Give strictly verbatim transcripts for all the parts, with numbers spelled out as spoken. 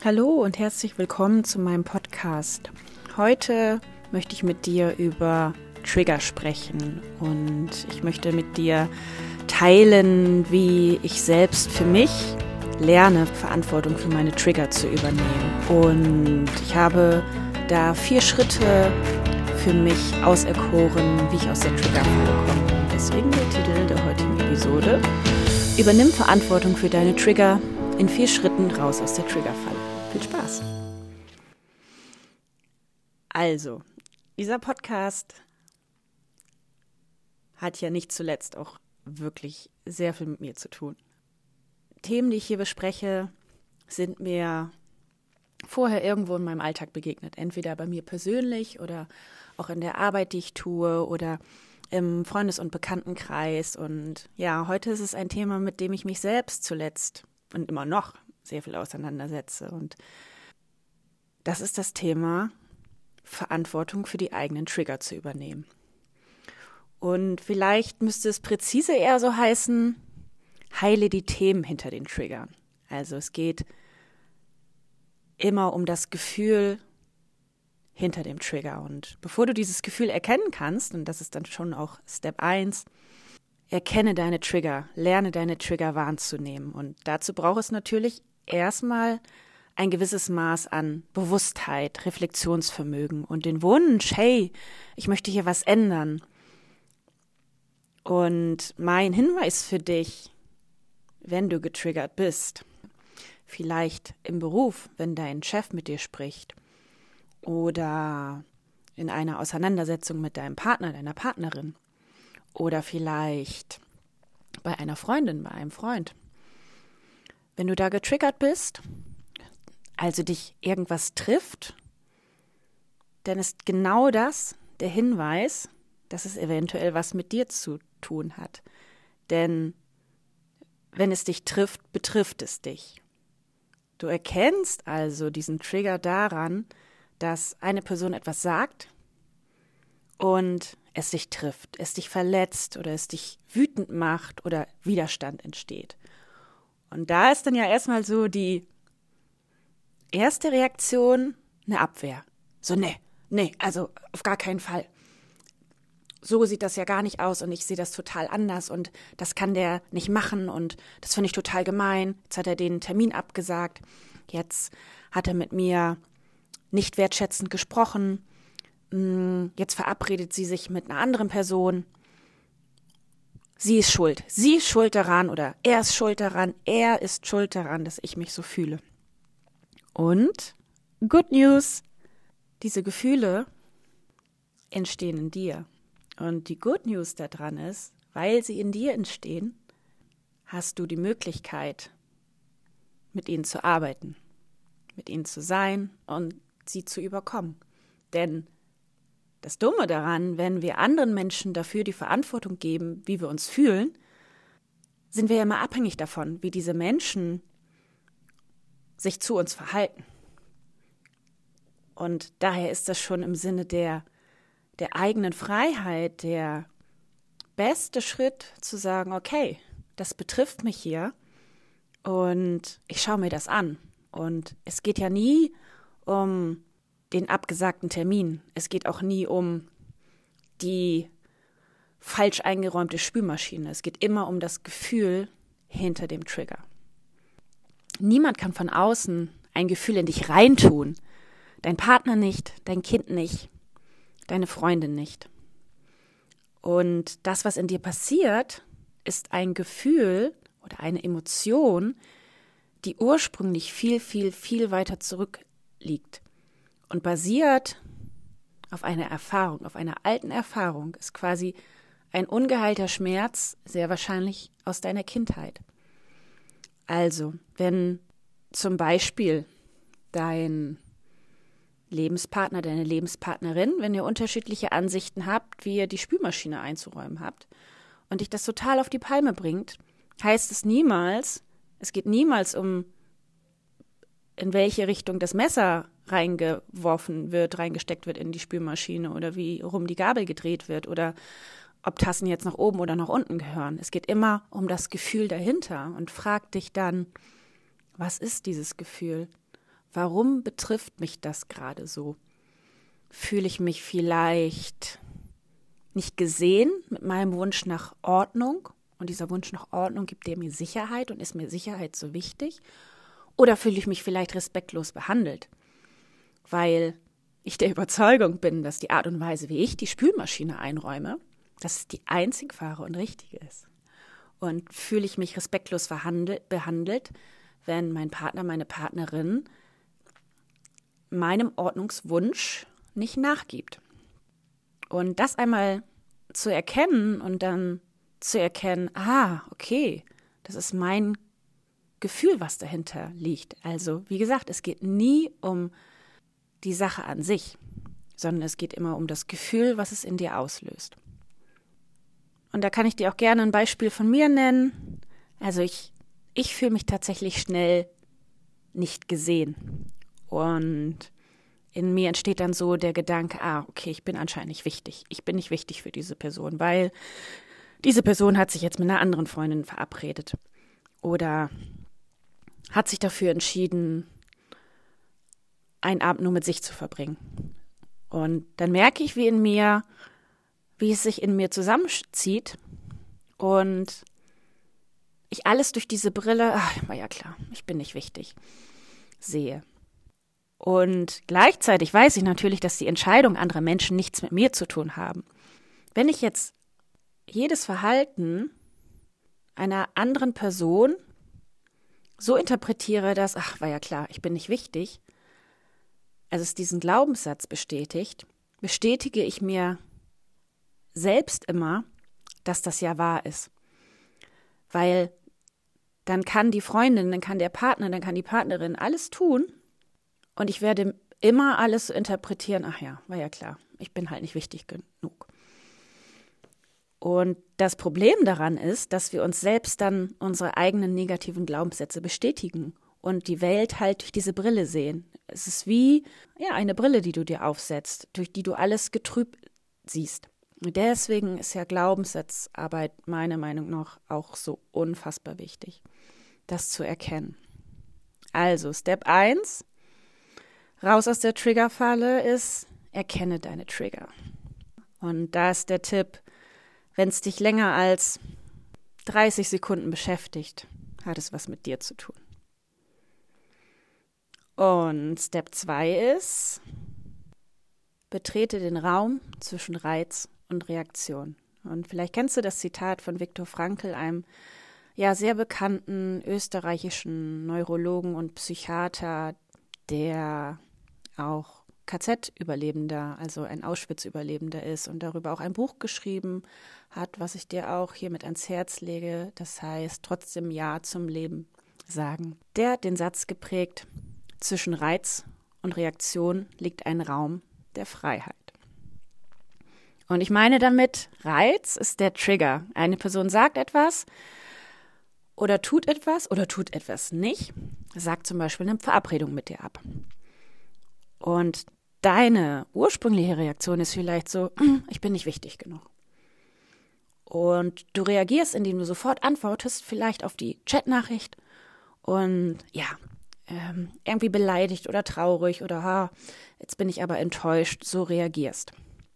Hallo und herzlich willkommen zu meinem Podcast. Heute möchte ich mit dir über Trigger sprechen und ich möchte mit dir teilen, wie ich selbst für mich lerne, Verantwortung für meine Trigger zu übernehmen. Und ich habe da vier Schritte für mich auserkoren, wie ich aus der Triggerfalle komme. Und deswegen der Titel der heutigen Episode: Übernimm Verantwortung für deine Trigger in vier Schritten raus aus der Triggerfalle. Viel Spaß! Also, dieser Podcast hat ja nicht zuletzt auch wirklich sehr viel mit mir zu tun. Themen, die ich hier bespreche, sind mir vorher irgendwo in meinem Alltag begegnet. Entweder bei mir persönlich oder auch in der Arbeit, die ich tue, oder im Freundes- und Bekanntenkreis. Und ja, heute ist es ein Thema, mit dem ich mich selbst zuletzt und immer noch sehr viel auseinandersetze. Und das ist das Thema, Verantwortung für die eigenen Trigger zu übernehmen. Und vielleicht müsste es präzise eher so heißen: heile die Themen hinter den Triggern. Also es geht immer um das Gefühl hinter dem Trigger. Und bevor du dieses Gefühl erkennen kannst, und das ist dann schon auch Step eins, erkenne deine Trigger, lerne deine Trigger wahrzunehmen. Und dazu braucht es natürlich erstmal ein gewisses Maß an Bewusstheit, Reflexionsvermögen und den Wunsch, hey, ich möchte hier was ändern. Und mein Hinweis für dich, wenn du getriggert bist, vielleicht im Beruf, wenn dein Chef mit dir spricht oder in einer Auseinandersetzung mit deinem Partner, deiner Partnerin oder vielleicht bei einer Freundin, bei einem Freund. Wenn du da getriggert bist, also dich irgendwas trifft, dann ist genau das der Hinweis, dass es eventuell was mit dir zu tun hat. Denn wenn es dich trifft, betrifft es dich. Du erkennst also diesen Trigger daran, dass eine Person etwas sagt und es dich trifft, es dich verletzt oder es dich wütend macht oder Widerstand entsteht. Und da ist dann ja erstmal so die erste Reaktion eine Abwehr. So, nee, nee, also auf gar keinen Fall. So sieht das ja gar nicht aus und ich sehe das total anders und das kann der nicht machen und das finde ich total gemein. Jetzt hat er den Termin abgesagt, jetzt hat er mit mir nicht wertschätzend gesprochen, jetzt verabredet sie sich mit einer anderen Person. Sie ist schuld, sie ist schuld daran oder er ist schuld daran, er ist schuld daran, dass ich mich so fühle. Und Good News, diese Gefühle entstehen in dir. Und die Good News daran ist, weil sie in dir entstehen, hast du die Möglichkeit, mit ihnen zu arbeiten, mit ihnen zu sein und sie zu überkommen. Denn das Dumme daran, wenn wir anderen Menschen dafür die Verantwortung geben, wie wir uns fühlen, sind wir ja immer abhängig davon, wie diese Menschen sich zu uns verhalten. Und daher ist das schon im Sinne der der eigenen Freiheit der beste Schritt, zu sagen, okay, das betrifft mich hier und ich schaue mir das an. Und es geht ja nie um den abgesagten Termin. Es geht auch nie um die falsch eingeräumte Spülmaschine. Es geht immer um das Gefühl hinter dem Trigger. Niemand kann von außen ein Gefühl in dich reintun. Dein Partner nicht, dein Kind nicht, deine Freundin nicht. Und das, was in dir passiert, ist ein Gefühl oder eine Emotion, die ursprünglich viel, viel, viel weiter zurückliegt und basiert auf einer Erfahrung, auf einer alten Erfahrung, ist quasi ein ungeheilter Schmerz, sehr wahrscheinlich aus deiner Kindheit. Also, wenn zum Beispiel dein Lebenspartner, deine Lebenspartnerin, wenn ihr unterschiedliche Ansichten habt, wie ihr die Spülmaschine einzuräumen habt und dich das total auf die Palme bringt, heißt es niemals, es geht niemals um, in welche Richtung das Messer reingeworfen wird, reingesteckt wird in die Spülmaschine oder wie rum die Gabel gedreht wird oder ob Tassen jetzt nach oben oder nach unten gehören. Es geht immer um das Gefühl dahinter und frag dich dann, was ist dieses Gefühl? Warum betrifft mich das gerade so? Fühle ich mich vielleicht nicht gesehen mit meinem Wunsch nach Ordnung? Und dieser Wunsch nach Ordnung gibt mir Sicherheit und ist mir Sicherheit so wichtig? Oder fühle ich mich vielleicht respektlos behandelt? Weil ich der Überzeugung bin, dass die Art und Weise, wie ich die Spülmaschine einräume, dass es die einzig wahre und richtige ist. Und fühle ich mich respektlos behandelt, wenn mein Partner, meine Partnerin meinem Ordnungswunsch nicht nachgibt. Und das einmal zu erkennen und dann zu erkennen, ah, okay, das ist mein Gefühl, was dahinter liegt. Also, wie gesagt, es geht nie um die Sache an sich, sondern es geht immer um das Gefühl, was es in dir auslöst. Und da kann ich dir auch gerne ein Beispiel von mir nennen. Also ich, ich fühle mich tatsächlich schnell nicht gesehen. Und in mir entsteht dann so der Gedanke, ah, okay, ich bin anscheinend nicht wichtig. Ich bin nicht wichtig für diese Person, weil diese Person hat sich jetzt mit einer anderen Freundin verabredet oder hat sich dafür entschieden, einen Abend nur mit sich zu verbringen. Und dann merke ich, wie in mir, wie es sich in mir zusammenzieht und ich alles durch diese Brille, ach, war ja klar, ich bin nicht wichtig, sehe. Und gleichzeitig weiß ich natürlich, dass die Entscheidungen anderer Menschen nichts mit mir zu tun haben. Wenn ich jetzt jedes Verhalten einer anderen Person so interpretiere, dass, ach, war ja klar, ich bin nicht wichtig, also es diesen Glaubenssatz bestätigt, bestätige ich mir selbst immer, dass das ja wahr ist. Weil dann kann die Freundin, dann kann der Partner, dann kann die Partnerin alles tun und ich werde immer alles so interpretieren, ach ja, war ja klar, ich bin halt nicht wichtig genug. Und das Problem daran ist, dass wir uns selbst dann unsere eigenen negativen Glaubenssätze bestätigen und die Welt halt durch diese Brille sehen. Es ist wie ja, eine Brille, die du dir aufsetzt, durch die du alles getrübt siehst. Und deswegen ist ja Glaubenssatzarbeit meiner Meinung nach auch so unfassbar wichtig, das zu erkennen. Also Step eins, raus aus der Triggerfalle ist, erkenne deine Trigger. Und da ist der Tipp, wenn es dich länger als dreißig Sekunden beschäftigt, hat es was mit dir zu tun. Und Step zwei ist, betrete den Raum zwischen Reiz und Reaktion. Und vielleicht kennst du das Zitat von Viktor Frankl, einem ja sehr bekannten österreichischen Neurologen und Psychiater, der auch K Z-Überlebender, also ein Auschwitz-Überlebender ist und darüber auch ein Buch geschrieben hat, was ich dir auch hiermit ans Herz lege. Das heißt, trotzdem Ja zum Leben sagen. Der hat den Satz geprägt, zwischen Reiz und Reaktion liegt ein Raum der Freiheit. Und ich meine damit, Reiz ist der Trigger. Eine Person sagt etwas oder tut etwas oder tut etwas nicht, sagt zum Beispiel eine Verabredung mit dir ab. Und deine ursprüngliche Reaktion ist vielleicht so, ich bin nicht wichtig genug. Und du reagierst, indem du sofort antwortest, vielleicht auf die Chatnachricht und ja, ähm, irgendwie beleidigt oder traurig oder ha, jetzt bin ich aber enttäuscht, so reagierst.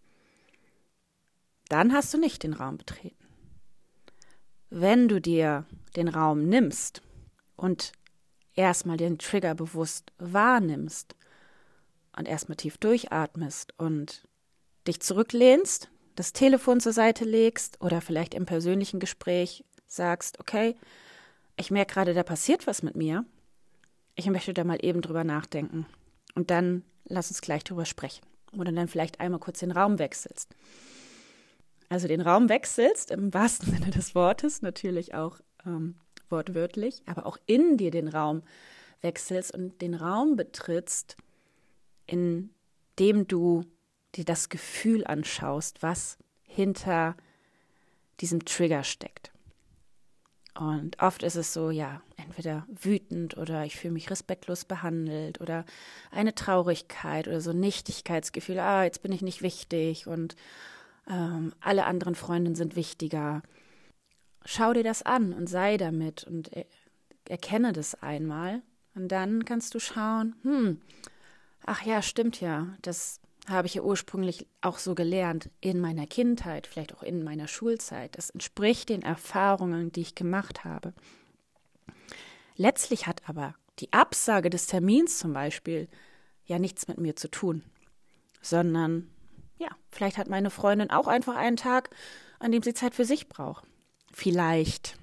Dann hast du nicht den Raum betreten. Wenn du dir den Raum nimmst und erstmal den Trigger bewusst wahrnimmst und erstmal tief durchatmest und dich zurücklehnst, das Telefon zur Seite legst oder vielleicht im persönlichen Gespräch sagst, okay, ich merke gerade, da passiert was mit mir. Ich möchte da mal eben drüber nachdenken. Und dann lass uns gleich drüber sprechen. Oder dann vielleicht einmal kurz den Raum wechselst. Also den Raum wechselst, im wahrsten Sinne des Wortes, natürlich auch ähm, wortwörtlich, aber auch in dir den Raum wechselst und den Raum betrittst, in dem du dir das Gefühl anschaust, was hinter diesem Trigger steckt. Und oft ist es so, ja, entweder wütend oder ich fühle mich respektlos behandelt oder eine Traurigkeit oder so ein Nichtigkeitsgefühl, ah, jetzt bin ich nicht wichtig und ähm, alle anderen Freundinnen sind wichtiger. Schau dir das an und sei damit und er- erkenne das einmal. Und dann kannst du schauen, hm, ach ja, stimmt ja, das habe ich ja ursprünglich auch so gelernt in meiner Kindheit, vielleicht auch in meiner Schulzeit. Das entspricht den Erfahrungen, die ich gemacht habe. Letztlich hat aber die Absage des Termins zum Beispiel ja nichts mit mir zu tun, sondern ja, vielleicht hat meine Freundin auch einfach einen Tag, an dem sie Zeit für sich braucht. Vielleicht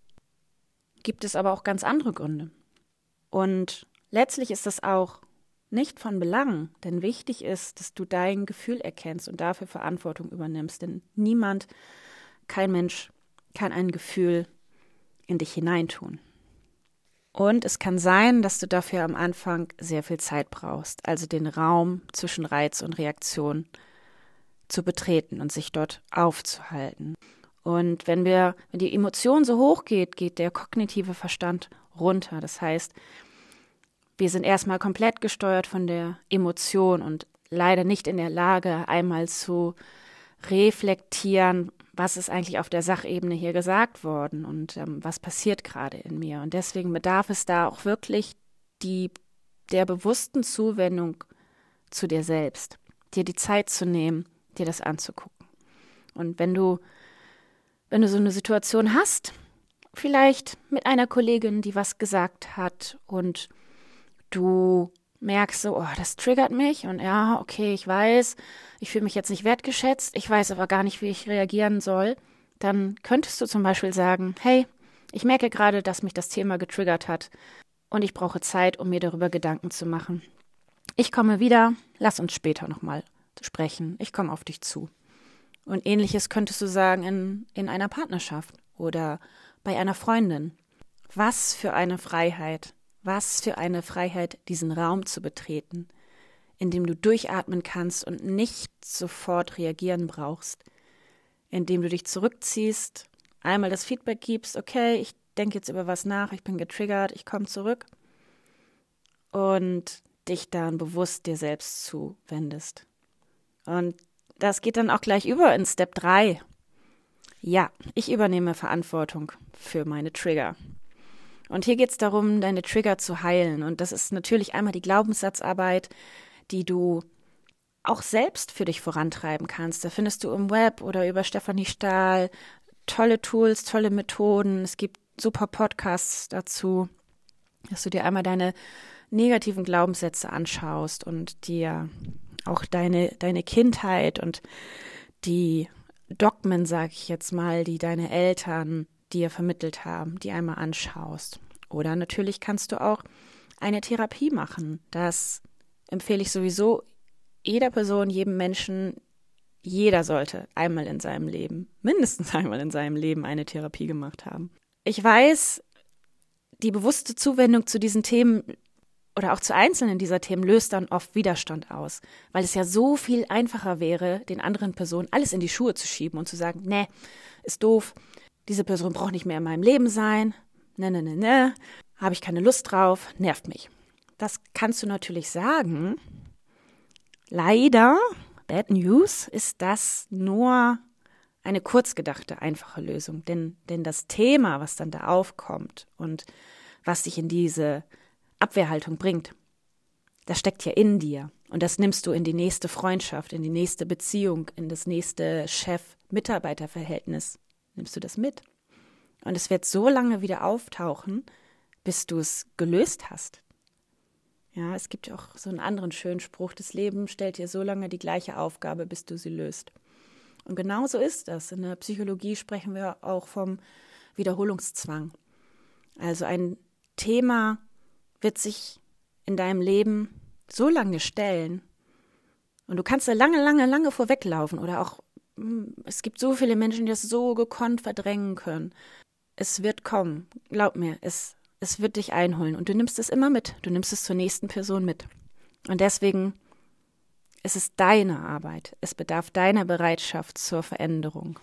gibt es aber auch ganz andere Gründe. Und letztlich ist das auch nicht von Belang, denn wichtig ist, dass du dein Gefühl erkennst und dafür Verantwortung übernimmst. Denn niemand, kein Mensch kann ein Gefühl in dich hineintun. Und es kann sein, dass du dafür am Anfang sehr viel Zeit brauchst, also den Raum zwischen Reiz und Reaktion zu betreten und sich dort aufzuhalten. Und wenn wir, wenn die Emotion so hoch geht, geht der kognitive Verstand runter. Das heißt, wir sind erstmal komplett gesteuert von der Emotion und leider nicht in der Lage, einmal zu reflektieren, was ist eigentlich auf der Sachebene hier gesagt worden und ähm, was passiert gerade in mir. Und deswegen bedarf es da auch wirklich die, der bewussten Zuwendung zu dir selbst, dir die Zeit zu nehmen, dir das anzugucken. Und wenn du, wenn du so eine Situation hast, vielleicht mit einer Kollegin, die was gesagt hat und du merkst so, oh, das triggert mich und ja, okay, ich weiß, ich fühle mich jetzt nicht wertgeschätzt, ich weiß aber gar nicht, wie ich reagieren soll, dann könntest du zum Beispiel sagen, hey, ich merke gerade, dass mich das Thema getriggert hat und ich brauche Zeit, um mir darüber Gedanken zu machen. Ich komme wieder, lass uns später nochmal sprechen, ich komme auf dich zu. Und Ähnliches könntest du sagen in, in einer Partnerschaft oder bei einer Freundin. Was für eine Freiheit. Was für eine Freiheit, diesen Raum zu betreten, in dem du durchatmen kannst und nicht sofort reagieren brauchst, in dem du dich zurückziehst, einmal das Feedback gibst, okay, ich denke jetzt über was nach, ich bin getriggert, ich komme zurück und dich dann bewusst dir selbst zuwendest. Und das geht dann auch gleich über in Step drei. Ja, ich übernehme Verantwortung für meine Trigger. Und hier geht es darum, deine Trigger zu heilen. Und das ist natürlich einmal die Glaubenssatzarbeit, die du auch selbst für dich vorantreiben kannst. Da findest du im Web oder über Stefanie Stahl tolle Tools, tolle Methoden. Es gibt super Podcasts dazu, dass du dir einmal deine negativen Glaubenssätze anschaust und dir auch deine, deine Kindheit und die Dogmen, sag ich jetzt mal, die deine Eltern dir vermittelt haben, die einmal anschaust. Oder natürlich kannst du auch eine Therapie machen. Das empfehle ich sowieso jeder Person, jedem Menschen. Jeder sollte einmal in seinem Leben, mindestens einmal in seinem Leben eine Therapie gemacht haben. Ich weiß, die bewusste Zuwendung zu diesen Themen oder auch zu einzelnen dieser Themen löst dann oft Widerstand aus, weil es ja so viel einfacher wäre, den anderen Personen alles in die Schuhe zu schieben und zu sagen, nee, ist doof, diese Person braucht nicht mehr in meinem Leben sein, ne, ne, ne, ne, habe ich keine Lust drauf, nervt mich. Das kannst du natürlich sagen. Leider, Bad News, ist das nur eine kurzgedachte, einfache Lösung. Denn, denn das Thema, was dann da aufkommt und was dich in diese Abwehrhaltung bringt, das steckt ja in dir. Und das nimmst du in die nächste Freundschaft, in die nächste Beziehung, in das nächste Chef-Mitarbeiter-Verhältnis. Nimmst du das mit. Und es wird so lange wieder auftauchen, bis du es gelöst hast. Ja, es gibt ja auch so einen anderen schönen Spruch, das Leben stellt dir so lange die gleiche Aufgabe, bis du sie löst. Und genau so ist das. In der Psychologie sprechen wir auch vom Wiederholungszwang. Also ein Thema wird sich in deinem Leben so lange stellen und du kannst da lange, lange, lange vorweglaufen oder auch, es gibt so viele Menschen, die das so gekonnt verdrängen können. Es wird kommen, glaub mir, es, es wird dich einholen und du nimmst es immer mit, du nimmst es zur nächsten Person mit. Und deswegen ist es deine Arbeit, es bedarf deiner Bereitschaft zur Veränderung.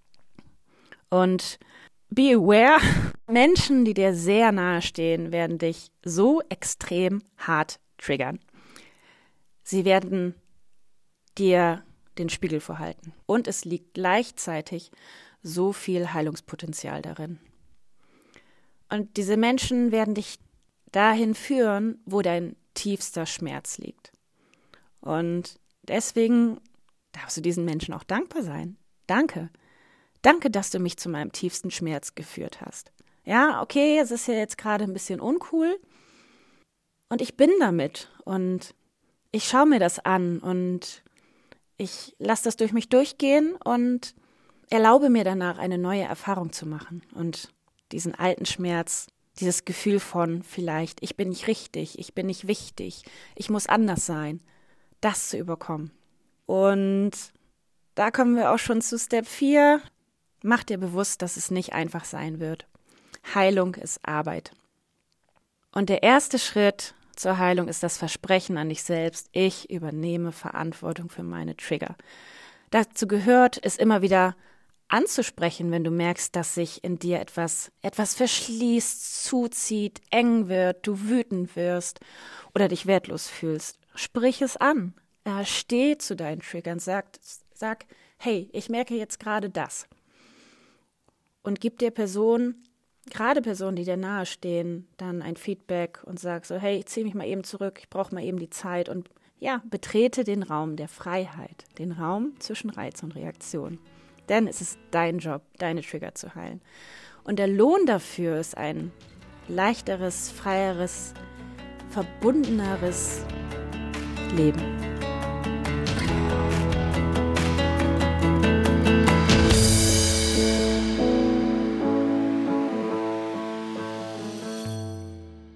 Und be aware, Menschen, die dir sehr nahe stehen, werden dich so extrem hart triggern. Sie werden dir den Spiegel vorhalten. Und es liegt gleichzeitig so viel Heilungspotenzial darin. Und diese Menschen werden dich dahin führen, wo dein tiefster Schmerz liegt. Und deswegen darfst du diesen Menschen auch dankbar sein. Danke. Danke, dass du mich zu meinem tiefsten Schmerz geführt hast. Ja, okay, es ist ja jetzt gerade ein bisschen uncool. Und ich bin damit. Und ich schaue mir das an. Und ich lasse das durch mich durchgehen und erlaube mir danach, eine neue Erfahrung zu machen. Und diesen alten Schmerz, dieses Gefühl von vielleicht, ich bin nicht richtig, ich bin nicht wichtig, ich muss anders sein, das zu überkommen. Und da kommen wir auch schon zu Step vier. Mach dir bewusst, dass es nicht einfach sein wird. Heilung ist Arbeit. Und der erste Schritt zur Heilung ist das Versprechen an dich selbst, ich übernehme Verantwortung für meine Trigger. Dazu gehört es immer wieder anzusprechen, wenn du merkst, dass sich in dir etwas, etwas verschließt, zuzieht, eng wird, du wütend wirst oder dich wertlos fühlst. Sprich es an. Äh, steh zu deinen Triggern. Sag, sag, hey, ich merke jetzt gerade das. Und gib der Person, gerade Personen, die dir nahe stehen, dann ein Feedback und sag so, hey, ich ziehe mich mal eben zurück, ich brauche mal eben die Zeit und ja, betrete den Raum der Freiheit, den Raum zwischen Reiz und Reaktion. Denn es ist dein Job, deine Trigger zu heilen. Und der Lohn dafür ist ein leichteres, freieres, verbundeneres Leben.